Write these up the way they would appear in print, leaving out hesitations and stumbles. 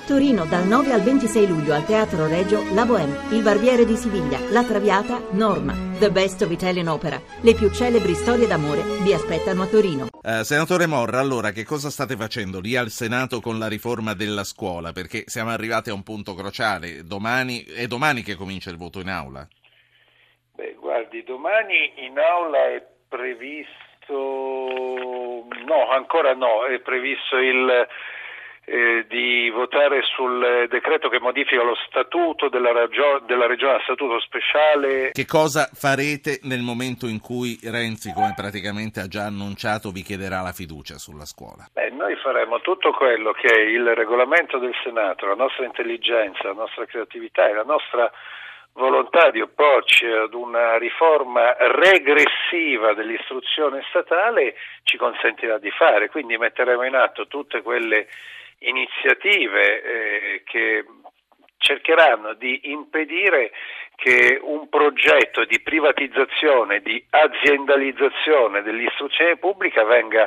Torino dal 9 al 26 luglio al Teatro Regio La Bohème, Il Barbiere di Siviglia, La Traviata, Norma, The Best of Italian Opera. Le più celebri storie d'amore vi aspettano a Torino. Senatore Morra, allora che cosa state facendo lì al Senato con la riforma della scuola? Perché siamo arrivati a un punto cruciale. È domani che comincia il voto in aula? Beh, guardi, domani in aula è previsto... No, ancora no, è previsto di votare sul decreto che modifica lo statuto della regione a statuto speciale. Che cosa farete nel momento in cui Renzi, come praticamente ha già annunciato, vi chiederà la fiducia sulla scuola? Noi faremo tutto quello che è il regolamento del Senato, la nostra intelligenza, la nostra creatività e la nostra volontà di opporci ad una riforma regressiva dell'istruzione statale ci consentirà di fare, quindi metteremo in atto tutte quelle iniziative che cercheranno di impedire che un progetto di privatizzazione, di aziendalizzazione dell'istruzione pubblica venga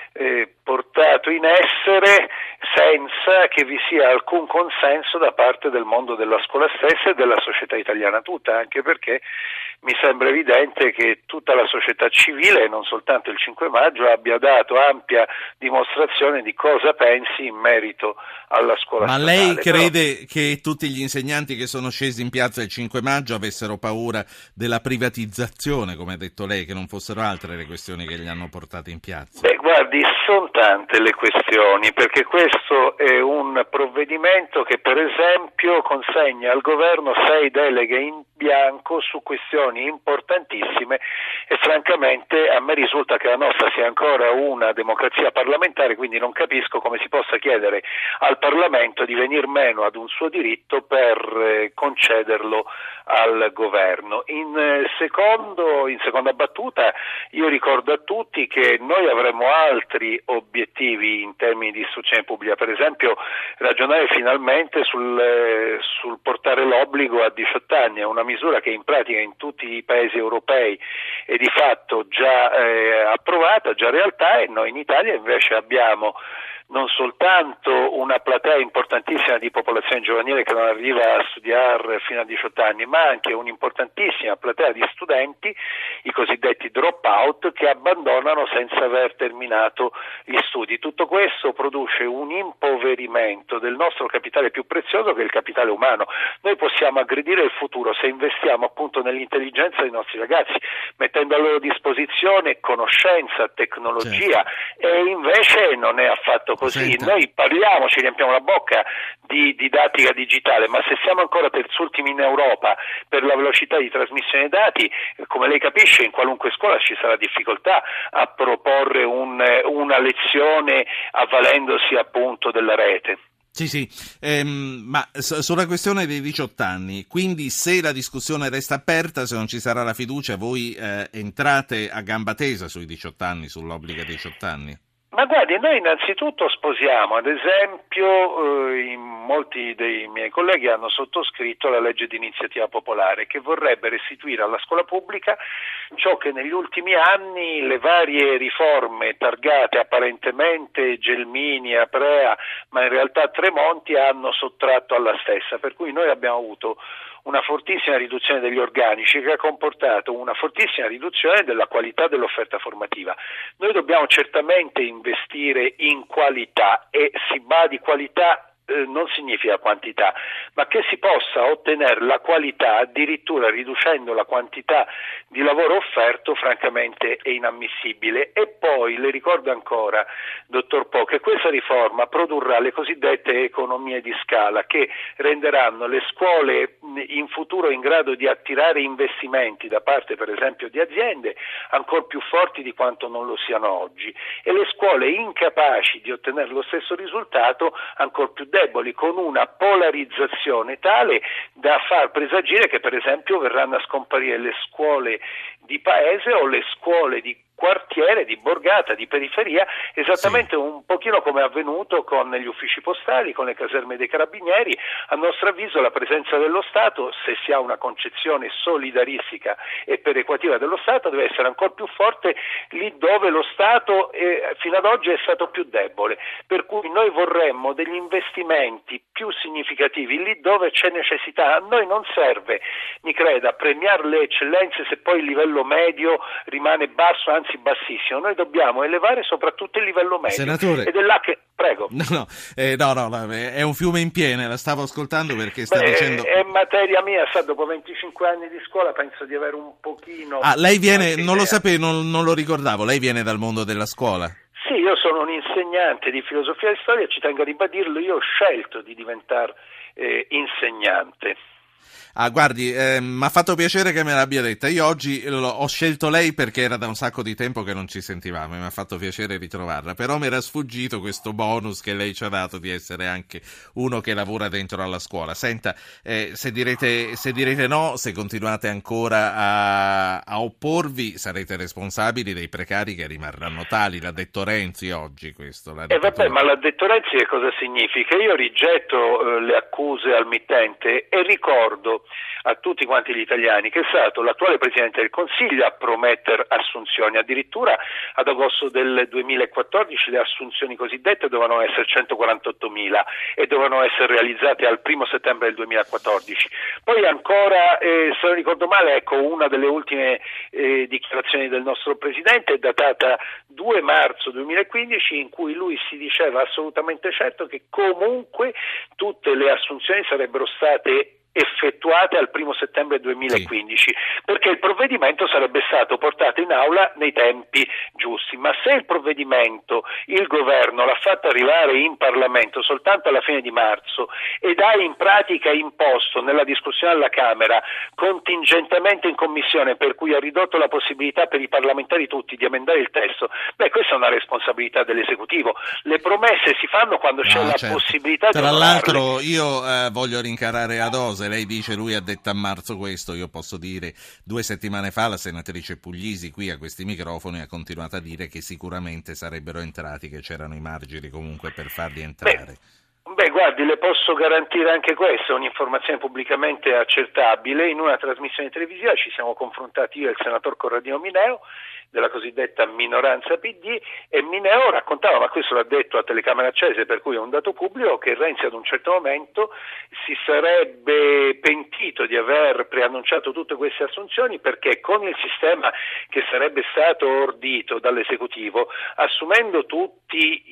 portato in essere senza che vi sia alcun consenso da parte del mondo della scuola stessa e della società italiana tutta, anche perché mi sembra evidente che tutta la società civile, e non soltanto il 5 maggio, abbia dato ampia dimostrazione di cosa pensi in merito alla scuola statale. Ma lei crede che tutti gli insegnanti che sono scesi in piazza il 5 maggio avessero paura della privatizzazione, come ha detto lei, che non fossero altre le questioni che li hanno portati in piazza? Beh, guardi, sono tante le questioni, perché questo è un provvedimento che per esempio consegna al governo 6 deleghe in bianco su questioni importantissime e francamente a me risulta che la nostra sia ancora una democrazia parlamentare, quindi non capisco come si possa chiedere al Parlamento di venir meno ad un suo diritto per concederlo al governo. In seconda battuta io ricordo a tutti che noi avremo altri obiettivi in termini di istruzione pubblica, per esempio ragionare finalmente sul portare l'obbligo a 18 anni, è una misura che in pratica in tutti i paesi europei è di fatto già approvata, già realtà, e noi in Italia invece abbiamo non soltanto una platea importantissima di popolazione giovanile che non arriva a studiare fino a 18 anni, ma anche un'importantissima platea di studenti, i cosiddetti drop out, che abbandonano senza aver terminato gli studi. Tutto questo produce un impoverimento del nostro capitale più prezioso, che è il capitale umano. Noi possiamo aggredire il futuro se investiamo appunto nell'intelligenza dei nostri ragazzi, mettendo a loro disposizione conoscenza, tecnologia, e invece non è affatto così. Senta. Noi parliamo, ci riempiamo la bocca di didattica digitale, ma se siamo ancora terzultimi in Europa per la velocità di trasmissione dei dati, come lei capisce, in qualunque scuola ci sarà difficoltà a proporre una lezione avvalendosi appunto della rete. Sì, ma sulla questione dei 18 anni, quindi se la discussione resta aperta, se non ci sarà la fiducia, voi entrate a gamba tesa sui 18 anni, sull'obbligo dei 18 anni? Ma guardi, noi innanzitutto sposiamo, ad esempio, molti dei miei colleghi hanno sottoscritto la legge di iniziativa popolare che vorrebbe restituire alla scuola pubblica ciò che negli ultimi anni le varie riforme targate apparentemente Gelmini, Aprea, ma in realtà Tremonti hanno sottratto alla stessa, per cui noi abbiamo avuto una fortissima riduzione degli organici che ha comportato una fortissima riduzione della qualità dell'offerta formativa. Noi dobbiamo certamente investire in qualità, e si badi qualità non significa quantità, ma che si possa ottenere la qualità addirittura riducendo la quantità di lavoro offerto, francamente è inammissibile. E poi le ricordo ancora, dottor Po, che questa riforma produrrà le cosiddette economie di scala che renderanno le scuole in futuro in grado di attirare investimenti da parte per esempio di aziende ancor più forti di quanto non lo siano oggi, e le scuole incapaci di ottenere lo stesso risultato ancor più deboli, con una polarizzazione tale da far presagire che per esempio verranno a scomparire le scuole di paese o le scuole di quartiere, di borgata, di periferia, esattamente un pochino come è avvenuto con gli uffici postali, con le caserme dei carabinieri. A nostro avviso la presenza dello Stato, se si ha una concezione solidaristica e perequativa dello Stato, deve essere ancora più forte lì dove lo Stato fino ad oggi è stato più debole, per cui noi vorremmo degli investimenti più significativi lì dove c'è necessità. A noi non serve, mi creda, premiare le eccellenze se poi il livello medio rimane basso, anzi bassissimo. Noi dobbiamo elevare soprattutto il livello medio. Senatore, ed è là che... Prego. No, è un fiume in piena, la stavo ascoltando perché sta dicendo... È materia mia, sa, dopo 25 anni di scuola penso di avere un pochino... lei viene, non lo sapevo, non lo ricordavo, lei viene dal mondo della scuola? Sì, io sono un insegnante di filosofia e storia, ci tengo a ribadirlo, io ho scelto di diventare insegnante. Guardi, mi ha fatto piacere che me l'abbia detta. Io oggi ho scelto lei perché era da un sacco di tempo che non ci sentivamo e mi ha fatto piacere ritrovarla, però mi era sfuggito questo bonus che lei ci ha dato di essere anche uno che lavora dentro alla scuola. Senta, se direte no, se continuate ancora a opporvi, sarete responsabili dei precari che rimarranno tali. L'ha detto Renzi oggi questo. Vabbè, ma l'ha detto Renzi, che cosa significa? Io rigetto le accuse al mittente e ricordo a tutti quanti gli italiani che è stato l'attuale Presidente del Consiglio a promettere assunzioni. Addirittura ad agosto del 2014 le assunzioni cosiddette dovevano essere 148.000 e dovevano essere realizzate al 1 settembre del 2014. Poi ancora, se non ricordo male, ecco, una delle ultime dichiarazioni del nostro Presidente è datata 2 marzo 2015, in cui lui si diceva assolutamente certo che comunque tutte le assunzioni sarebbero state effettuate al 1 settembre 2015, sì, perché il provvedimento sarebbe stato portato in aula nei tempi giusti. Ma se il provvedimento il governo l'ha fatto arrivare in Parlamento soltanto alla fine di marzo ed ha in pratica imposto nella discussione alla Camera contingentemente in commissione, per cui ha ridotto la possibilità per i parlamentari tutti di emendare il testo, questa è una responsabilità dell'esecutivo. Le promesse si fanno quando c'è la possibilità di onorarle. Tra l'altro io voglio rincarare ad Ose. Lei dice lui ha detto a marzo questo, io posso dire 2 settimane fa la senatrice Puglisi qui a questi microfoni ha continuato a dire che sicuramente sarebbero entrati, che c'erano i margini comunque per farli entrare. Guardi, le posso garantire anche questo, è un'informazione pubblicamente accertabile. In una trasmissione televisiva ci siamo confrontati io e il senatore Corradino Mineo della cosiddetta minoranza PD, e Mineo raccontava, ma questo l'ha detto a telecamere accese, per cui è un dato pubblico, che Renzi ad un certo momento si sarebbe pentito di aver preannunciato tutte queste assunzioni, perché con il sistema che sarebbe stato ordito dall'esecutivo, assumendo tutti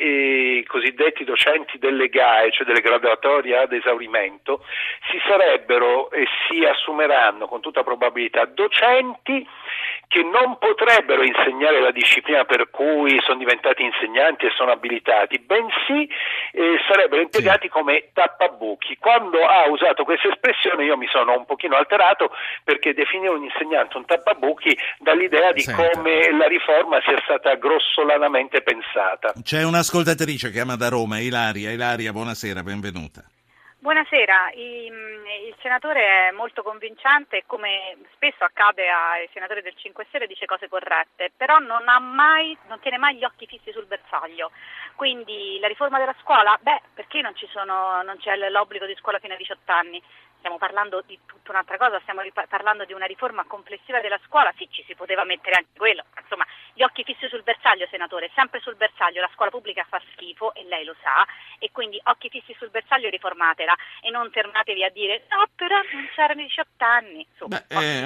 i cosiddetti docenti delle GAE, cioè delle graduatorie ad esaurimento, si sarebbero e si assumeranno con tutta probabilità docenti che non potrebbero insegnare la disciplina per cui sono diventati insegnanti e sono abilitati, bensì sarebbero impiegati come tappabuchi. Quando ha usato questa espressione io mi sono un pochino alterato, perché definire un insegnante un tappabuchi dà l'idea di come la riforma sia stata grossolanamente pensata. C'è un'ascoltatrice che chiama da Roma, Ilaria. Ilaria, buonasera, benvenuta. Buonasera, il senatore è molto convincente e, come spesso accade ai senatori del 5 Stelle, dice cose corrette, però non tiene mai gli occhi fissi sul bersaglio. Quindi la riforma della scuola, perché non c'è l'obbligo di scuola fino ai 18 anni? Stiamo parlando di tutta un'altra cosa, stiamo parlando di una riforma complessiva della scuola. Sì, ci si poteva mettere anche quello, insomma, gli occhi fissi sul bersaglio, senatore, sempre sul bersaglio. La scuola pubblica fa schifo e lei lo sa, e quindi occhi fissi sul bersaglio, riformatela e non fermatevi a dire no, però non c'erano i 18 anni. Insomma,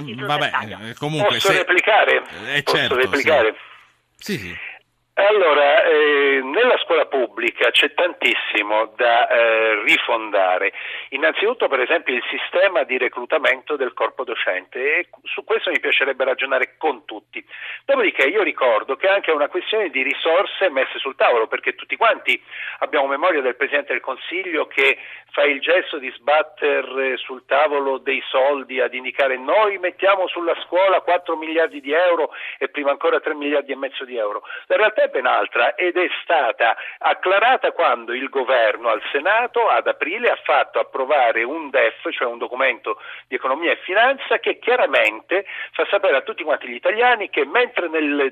comunque posso replicare? Certo, replicare? Sì. Allora, nella scuola pubblica c'è tantissimo da rifondare. Innanzitutto, per esempio, il sistema di reclutamento del corpo docente, e su questo mi piacerebbe ragionare con tutti. Dopodiché io ricordo che è anche una questione di risorse messe sul tavolo, perché tutti quanti abbiamo memoria del Presidente del Consiglio che fa il gesto di sbattere sul tavolo dei soldi, ad indicare noi mettiamo sulla scuola 4 miliardi di euro e prima ancora 3 miliardi e mezzo di euro. La realtà è ben altra ed è stata acclarata quando il governo al Senato ad aprile ha fatto approvare un DEF, cioè un documento di economia e finanza, che chiaramente fa sapere a tutti quanti gli italiani che mentre nel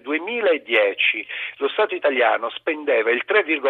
2010 lo Stato italiano spendeva il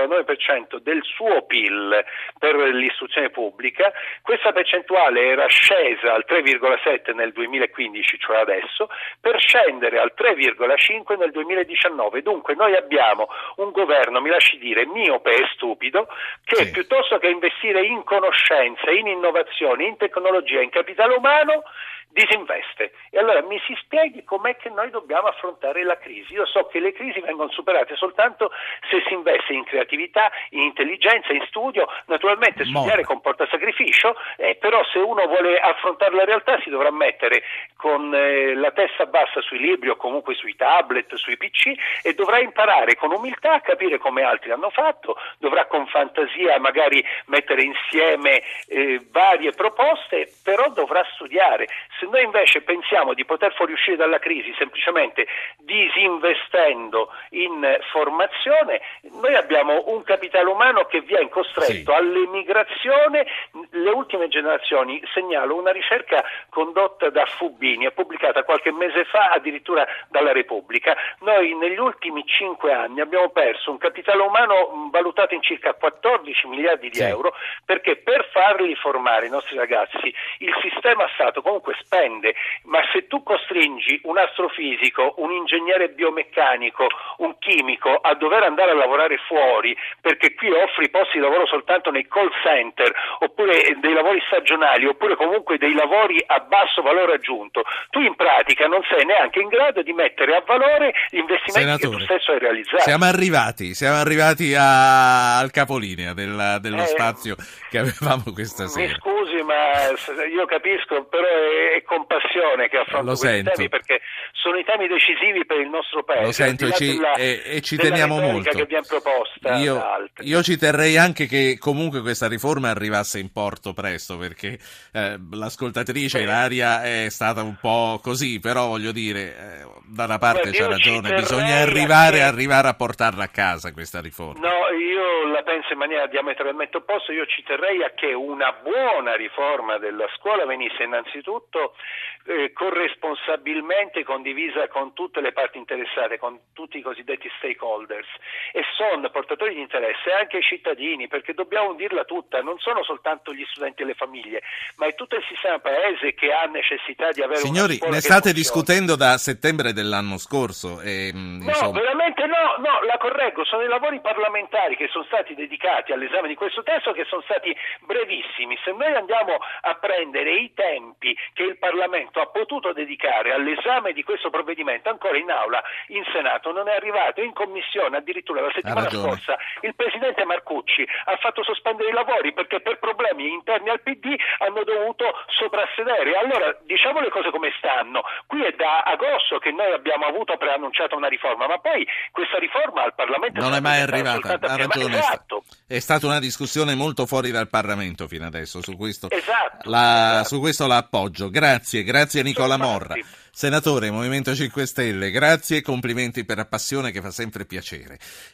3,9% del suo PIL per l'istruzione pubblica, questa percentuale era scesa al 3,7% nel 2015, cioè adesso, per scendere al 3,5% nel 2019. Dunque noi abbiamo un governo, mi lasci dire, miope e stupido, che piuttosto che investire in conoscenza, in innovazione, in tecnologia, in capitale umano, disinveste. E allora mi si spieghi com'è che noi dobbiamo affrontare la crisi. Io so che le crisi vengono superate soltanto se si investe in creatività, in intelligenza, in studio. Naturalmente studiare comporta sacrificio, però se uno vuole affrontare la realtà si dovrà mettere con la testa bassa sui libri o comunque sui tablet, sui PC, e dovrà imparare con umiltà a capire come altri hanno fatto, dovrà con fantasia magari mettere insieme varie proposte, però dovrà studiare. Se noi invece pensiamo di poter fuoriuscire dalla crisi semplicemente disinvestendo in formazione, noi abbiamo un capitale umano che viene costretto all'emigrazione. Le ultime generazioni, segnalo una ricerca condotta da Fubini e pubblicata qualche mese fa addirittura dalla Repubblica. Noi negli ultimi 5 anni abbiamo perso un capitale umano valutato in circa 14 miliardi di euro, perché per farli formare i nostri ragazzi il sistema Stato comunque spende, ma se tu costringi un astrofisico, un ingegnere biomeccanico, un chimico a dover andare a lavorare fuori, perché qui offri posti di lavoro soltanto nei call center, oppure dei lavori stagionali, oppure comunque dei lavori a basso valore aggiunto, tu in pratica non sei neanche in grado di mettere a valore gli investimenti che tu stesso hai realizzato. Siamo arrivati al capolinea dello spazio che avevamo questa sera. Mi scusi, ma io capisco, però è compassione che affronto questi temi, perché sono i temi decisivi per il nostro paese. Lo sento e ci teniamo molto. Che abbiamo proposta io ci terrei anche che comunque questa riforma arrivasse in porto presto, perché l'ascoltatrice Ilaria è stata un po' così, però voglio dire, da una parte c'ha ragione, bisogna arrivare a portarla a casa questa riforma. No, io la penso in maniera diametralmente opposta. Io ci terrei a che una buona riforma della scuola venisse innanzitutto corresponsabilmente condivisa con tutte le parti interessate, con tutti i cosiddetti stakeholders, e sono portatori di interesse anche i cittadini, perché dobbiamo dirla tutta, non sono soltanto gli studenti e le famiglie, ma è tutto il sistema paese che ha necessità di avere Signori, una scuola ne state discutendo da settembre dell'anno scorso No, veramente no, la correggo, sono i lavori parlamentari che sono stati dedicati all'esame di questo testo, che sono stati brevissimi. Se noi andiamo a prendere i tempi che il Parlamento ha potuto dedicare all'esame di questo provvedimento, ancora in aula in Senato non è arrivato, in commissione addirittura la settimana scorsa il presidente Marcucci ha fatto sospendere i lavori perché per problemi interni al PD hanno dovuto soprassedere. Allora diciamo le cose come stanno, qui è da agosto che noi abbiamo avuto preannunciata una riforma, ma poi questa riforma al Parlamento non è mai arrivata, ha ragione. Esatto. È stata una discussione molto fuori dal Parlamento fino adesso, su questo su questo la appoggio. Grazie Nicola Morra, senatore Movimento 5 Stelle, grazie e complimenti per la passione che fa sempre piacere.